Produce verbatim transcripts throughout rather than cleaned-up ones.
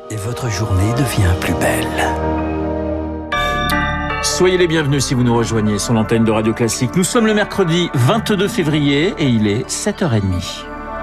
et votre journée devient plus belle. Soyez les bienvenus si vous nous rejoignez sur l'antenne de Radio Classique. Nous sommes le mercredi vingt-deux février et il est sept heures trente.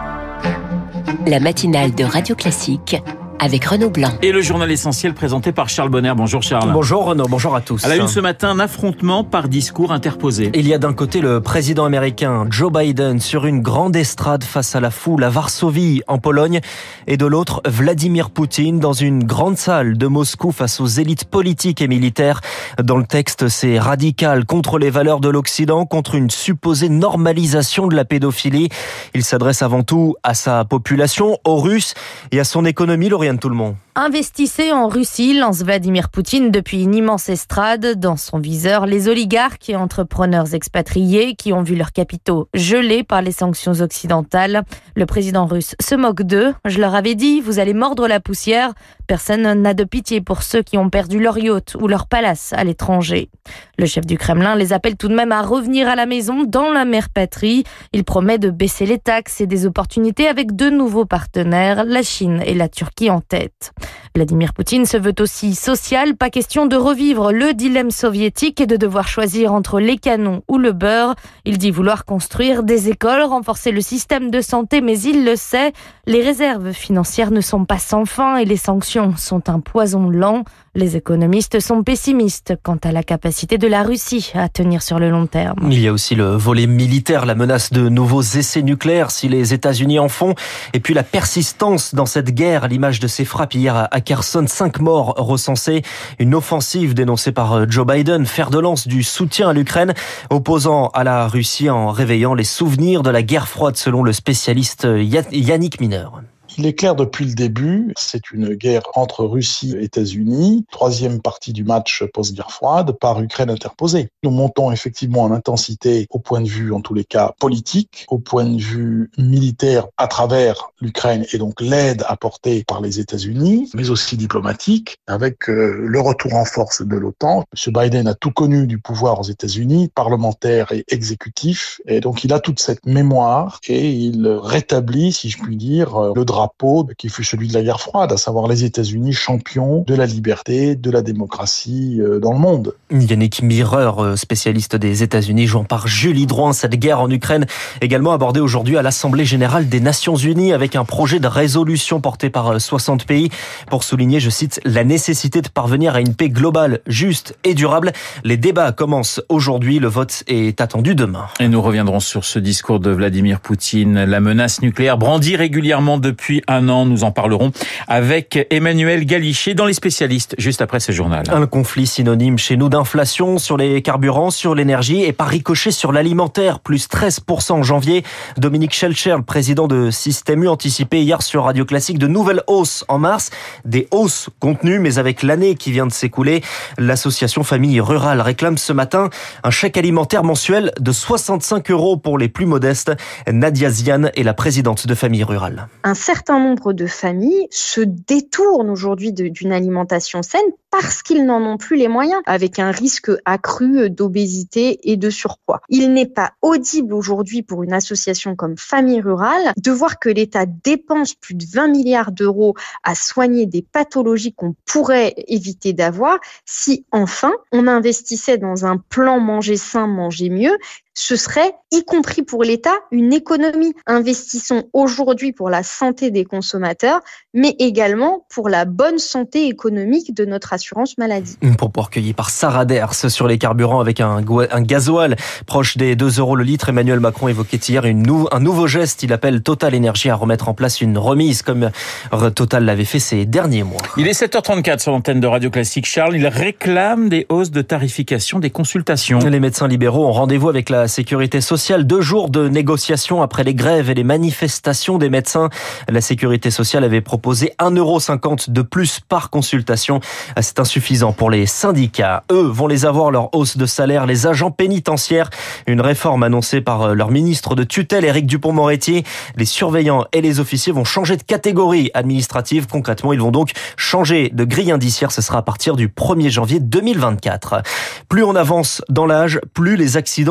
La matinale de Radio Classique avec Renaud Blanc. Et le journal essentiel présenté par Charles Bonner. Bonjour Charles. Bonjour Renaud, bonjour à tous. À la une ce matin, un affrontement par discours interposé. Il y a d'un côté le président américain Joe Biden sur une grande estrade face à la foule à Varsovie en Pologne et de l'autre Vladimir Poutine dans une grande salle de Moscou face aux élites politiques et militaires. Dans le texte, c'est radical contre les valeurs de l'Occident, contre une supposée normalisation de la pédophilie. Il s'adresse avant tout à sa population, aux Russes et à son économie. Lauriane Tout-le-Monde. Investissez en Russie, lance Vladimir Poutine depuis une immense estrade. Dans son viseur, les oligarques et entrepreneurs expatriés qui ont vu leurs capitaux gelés par les sanctions occidentales. Le président russe se moque d'eux. Je leur avais dit, vous allez mordre la poussière. Personne n'a de pitié pour ceux qui ont perdu leur yacht ou leur palace à l'étranger. Le chef du Kremlin les appelle tout de même à revenir à la maison dans la mère patrie. Il promet de baisser les taxes et des opportunités avec deux nouveaux partenaires, la Chine et la Turquie en tête. Vladimir Poutine se veut aussi social, pas question de revivre le dilemme soviétique et de devoir choisir entre les canons ou le beurre. Il dit vouloir construire des écoles, renforcer le système de santé, mais il le sait, les réserves financières ne sont pas sans fin et les sanctions sont un poison lent. Les économistes sont pessimistes quant à la capacité de la Russie à tenir sur le long terme. Il y a aussi le volet militaire, la menace de nouveaux essais nucléaires si les États-Unis en font. Et puis la persistance dans cette guerre, à l'image de ces frappes hier à Kherson, cinq morts recensés. Une offensive dénoncée par Joe Biden, fer de lance du soutien à l'Ukraine, opposant à la Russie en réveillant les souvenirs de la guerre froide selon le spécialiste Yannick Mineur. Il est clair depuis le début, c'est une guerre entre Russie et États-Unis, troisième partie du match post-guerre froide, par Ukraine interposée. Nous montons effectivement en intensité au point de vue, en tous les cas, politique, au point de vue militaire à travers l'Ukraine et donc l'aide apportée par les États-Unis, mais aussi diplomatique, avec euh, le retour en force de l'OTAN. M. Biden a tout connu du pouvoir aux États-Unis, parlementaire et exécutif, et donc il a toute cette mémoire et il rétablit, si je puis dire, le drapeau qui fut celui de la guerre froide, à savoir les États-Unis champions de la liberté, de la démocratie dans le monde. Yannick Mireur, spécialiste des États-Unis, jouant par Julie Drouin, cette guerre en Ukraine, également abordée aujourd'hui à l'Assemblée générale des Nations unies avec un projet de résolution porté par soixante pays pour souligner, je cite, la nécessité de parvenir à une paix globale, juste et durable. Les débats commencent aujourd'hui, le vote est attendu demain. Et nous reviendrons sur ce discours de Vladimir Poutine, la menace nucléaire brandie régulièrement depuis un an. Nous en parlerons avec Emmanuel Galichet dans Les Spécialistes, juste après ce journal. Un conflit synonyme chez nous d'inflation sur les carburants, sur l'énergie et par ricochet sur l'alimentaire, plus treize pour cent en janvier. Dominique Schelcher, le président de Système U, anticipait hier sur Radio Classique de nouvelles hausses en mars. Des hausses contenues, mais avec l'année qui vient de s'écouler, l'association Famille Rurale réclame ce matin un chèque alimentaire mensuel de soixante-cinq euros pour les plus modestes. Nadia Ziane est la présidente de Famille Rurale. Un certain nombre de familles se détournent aujourd'hui de, d'une alimentation saine parce qu'ils n'en ont plus les moyens, avec un risque accru d'obésité et de surpoids. Il n'est pas audible aujourd'hui pour une association comme Famille Rurale de voir que l'État dépense plus de vingt milliards d'euros à soigner des pathologies qu'on pourrait éviter d'avoir si enfin on investissait dans un plan manger sain, manger mieux. Ce serait, y compris pour l'État, une économie. Investissons aujourd'hui pour la santé des consommateurs, mais également pour la bonne santé économique de notre assurance maladie. Une propos recueilli par Sarah Ders sur les carburants avec un, un gasoil proche des deux euros le litre. Emmanuel Macron évoquait hier une nou, un nouveau geste. Il appelle Total Énergie à remettre en place une remise comme Total l'avait fait ces derniers mois. Il est sept heures trente-quatre sur l'antenne de Radio Classique. Charles, il réclame des hausses de tarification des consultations. Les médecins libéraux ont rendez-vous avec la Sécurité sociale. Deux jours de négociations après les grèves et les manifestations des médecins. La Sécurité sociale avait proposé un euro cinquante de plus par consultation. C'est insuffisant pour les syndicats. Eux vont les avoir, leur hausse de salaire. Les agents pénitentiaires, une réforme annoncée par leur ministre de tutelle, Éric Dupond-Moretti. Les surveillants et les officiers vont changer de catégorie administrative. Concrètement, ils vont donc changer de grille indiciaire. Ce sera à partir du premier janvier deux mille vingt-quatre. Plus on avance dans l'âge, plus les accidents du travail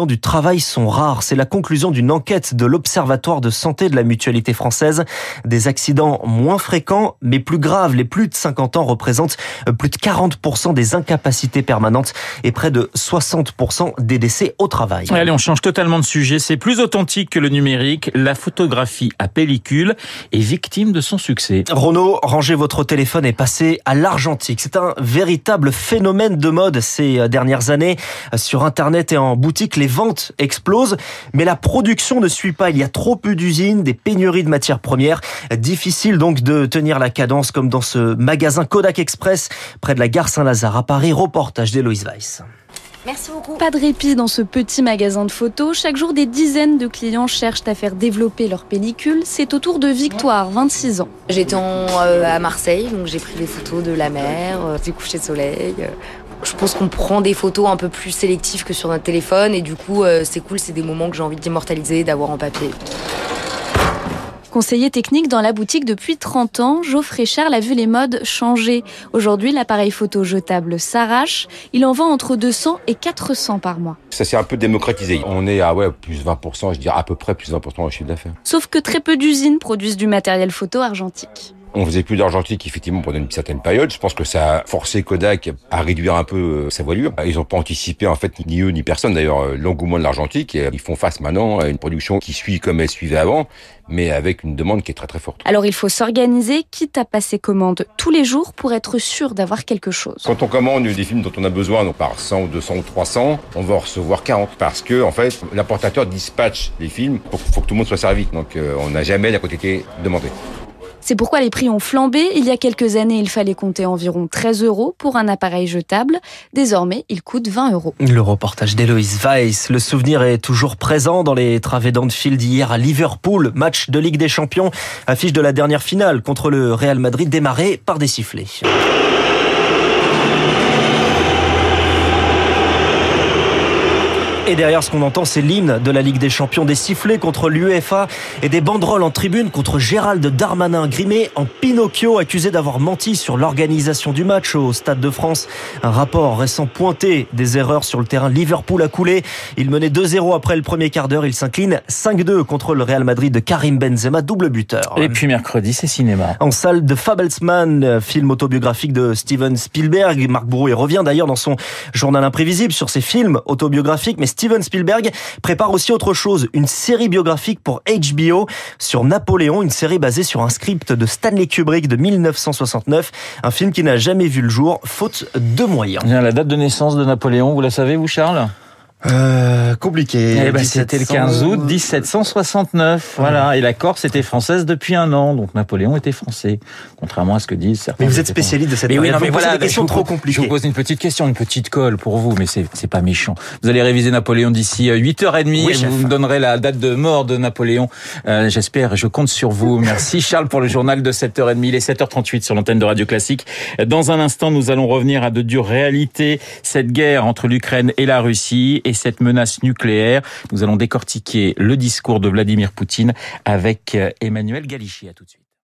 travail sont rares. C'est la conclusion d'une enquête de l'Observatoire de santé de la Mutualité française. Des accidents moins fréquents, mais plus graves. Les plus de cinquante ans représentent plus de quarante pour cent des incapacités permanentes et près de soixante pour cent des décès au travail. Allez, on change totalement de sujet. C'est plus authentique que le numérique. La photographie à pellicule est victime de son succès. Renaud, rangez votre téléphone et passez à l'argentique. C'est un véritable phénomène de mode ces dernières années. Sur Internet et en boutique, les ventes explosent, mais la production ne suit pas. Il y a trop peu d'usines, des pénuries de matières premières. Difficile donc de tenir la cadence comme dans ce magasin Kodak Express près de la gare Saint-Lazare à Paris. Reportage d'Héloïse Weiss. Merci beaucoup. Pas de répit dans ce petit magasin de photos. Chaque jour, des dizaines de clients cherchent à faire développer leur pellicule. C'est au tour de Victoire, vingt-six ans. J'étais en, euh, à Marseille, donc j'ai pris des photos de la mer, euh, du coucher de soleil. Je pense qu'on prend des photos un peu plus sélectives que sur notre téléphone et du coup, euh, c'est cool, c'est des moments que j'ai envie d'immortaliser, d'avoir en papier. Conseiller technique dans la boutique depuis trente ans, Geoffrey Charles a vu les modes changer. Aujourd'hui, l'appareil photo jetable s'arrache. Il en vend entre deux cents et quatre cents par mois. Ça s'est un peu démocratisé. On est à ouais, plus vingt pour cent, je dirais à peu près plus vingt pour cent au chiffre d'affaires. Sauf que très peu d'usines produisent du matériel photo argentique. On faisait plus d'argentique, effectivement, pendant une certaine période. Je pense que ça a forcé Kodak à réduire un peu sa voilure. Ils n'ont pas anticipé, en fait, ni eux, ni personne, d'ailleurs, l'engouement de l'argentique. Ils font face maintenant à une production qui suit comme elle suivait avant, mais avec une demande qui est très très forte. Alors il faut s'organiser, quitte à passer commande tous les jours pour être sûr d'avoir quelque chose. Quand on commande des films dont on a besoin, donc par cent ou deux cents ou trois cents, on va en recevoir quarante. Parce que, en fait, l'importateur dispatche les films pour, pour que tout le monde soit servi. Donc euh, on n'a jamais la quantité demandée. C'est pourquoi les prix ont flambé. Il y a quelques années, il fallait compter environ treize euros pour un appareil jetable. Désormais, il coûte vingt euros. Le reportage d'Héloïse Weiss. Le souvenir est toujours présent dans les travées d'Anfield hier à Liverpool. Match de Ligue des Champions. Affiche de la dernière finale contre le Real Madrid démarré par des sifflets. Et derrière ce qu'on entend, c'est l'hymne de la Ligue des Champions, des sifflets contre l'UEFA et des banderoles en tribune contre Gérald Darmanin, grimé en Pinocchio, accusé d'avoir menti sur l'organisation du match au Stade de France. Un rapport récent pointé des erreurs sur le terrain. Liverpool a coulé. Il menait deux zéro après le premier quart d'heure. Il s'incline cinq deux contre le Real Madrid de Karim Benzema, double buteur. Et puis mercredi, c'est cinéma. En salle de Fabelsman, film autobiographique de Steven Spielberg. Marc Bourreau revient d'ailleurs dans son journal imprévisible sur ses films autobiographiques, mais Steven Spielberg prépare aussi autre chose, une série biographique pour H B O sur Napoléon, une série basée sur un script de Stanley Kubrick de mille neuf cent soixante-neuf, un film qui n'a jamais vu le jour, faute de moyens. Bien, la date de naissance de Napoléon, vous la savez, vous, Charles ? Euh, compliqué. Eh ben, c'était le quinze août dix-sept cent soixante-neuf. Voilà. Et la Corse était française depuis un an. Donc, Napoléon était français. Contrairement à ce que disent certains. Mais vous êtes spécialiste de cette mais période. Oui, non, mais vous voilà, des questions trop compliquées. Je vous pose une petite question, une petite colle pour vous, mais c'est, c'est pas méchant. Vous allez réviser Napoléon d'ici huit heures trente oui, et chef. Vous me donnerez la date de mort de Napoléon. Euh, j'espère, je compte sur vous. Merci Charles pour le journal de sept heures trente. Il est sept heures trente-huit sur l'antenne de Radio Classique. Dans un instant, nous allons revenir à de dures réalités. Cette guerre entre l'Ukraine et la Russie et cette menace nucléaire. Nucléaire. Nous allons décortiquer le discours de Vladimir Poutine avec Emmanuel Galichy. À tout de suite.